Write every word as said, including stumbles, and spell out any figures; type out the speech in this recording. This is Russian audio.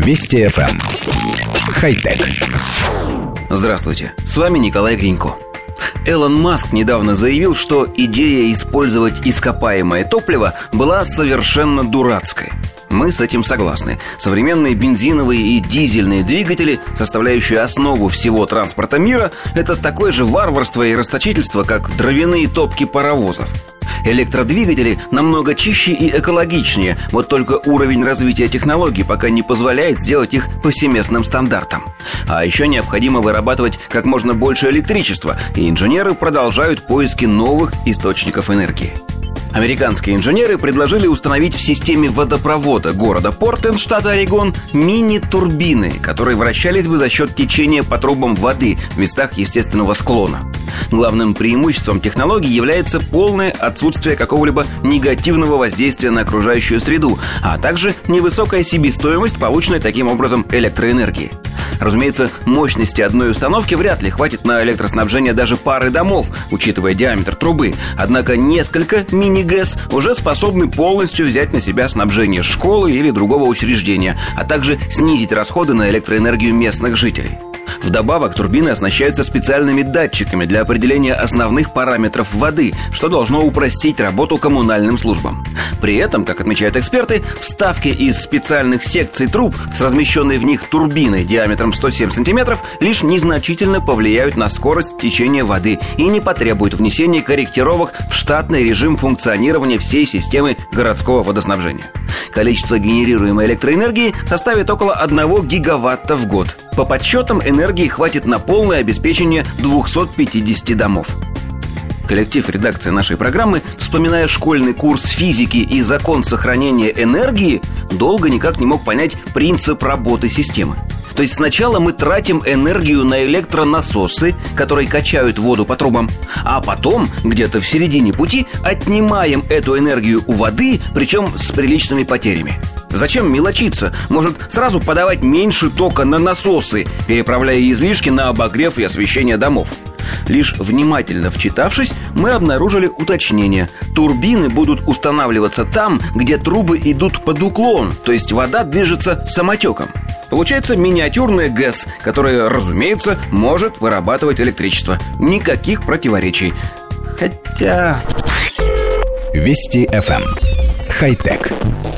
Вести эф эм. Хай-тек. Здравствуйте, с вами Николай Гринько. Элон Маск недавно заявил, что идея использовать ископаемое топливо была совершенно дурацкой. Мы с этим согласны. Современные бензиновые и дизельные двигатели, составляющие основу всего транспорта мира, это такое же варварство и расточительство, как дровяные топки паровозов. Электродвигатели намного чище и экологичнее, вот только уровень развития технологий пока не позволяет сделать их повсеместным стандартом. А еще необходимо вырабатывать как можно больше электричества, и инженеры продолжают поиски новых источников энергии. Американские инженеры предложили установить в системе водопровода города Портленд, штата Орегон, мини-турбины, которые вращались бы за счет течения по трубам воды в местах естественного склона. Главным преимуществом технологии является полное отсутствие какого-либо негативного воздействия на окружающую среду, а также невысокая себестоимость полученной таким образом электроэнергии. Разумеется, мощности одной установки вряд ли хватит на электроснабжение даже пары домов, учитывая диаметр трубы. Однако несколько мини-ГЭС уже способны полностью взять на себя снабжение школы или другого учреждения, а также снизить расходы на электроэнергию местных жителей. Вдобавок, турбины оснащаются специальными датчиками для определения основных параметров воды, что должно упростить работу коммунальным службам. При этом, как отмечают эксперты, вставки из специальных секций труб с размещенной в них турбиной диаметром сто семь сантиметров лишь незначительно повлияют на скорость течения воды и не потребуют внесения корректировок в штатный режим функционирования всей системы городского водоснабжения. Количество генерируемой электроэнергии составит около одного гигаватта в год. По подсчетам, энергии хватит на полное обеспечение двухсот пятидесяти домов. Коллектив редакции нашей программы, вспоминая школьный курс физики и закон сохранения энергии, долго никак не мог понять принцип работы системы. То есть сначала мы тратим энергию на электронасосы, которые качают воду по трубам, а потом, где-то в середине пути, отнимаем эту энергию у воды, причем с приличными потерями. Зачем мелочиться? Может, сразу подавать меньше тока на насосы, переправляя излишки на обогрев и освещение домов? Лишь внимательно вчитавшись, мы обнаружили уточнение. Турбины будут устанавливаться там, где трубы идут под уклон, то есть вода движется самотеком. Получается миниатюрная ГЭС, которая, разумеется, может вырабатывать электричество. Никаких противоречий. Хотя... Вести эф эм. Хай-тек.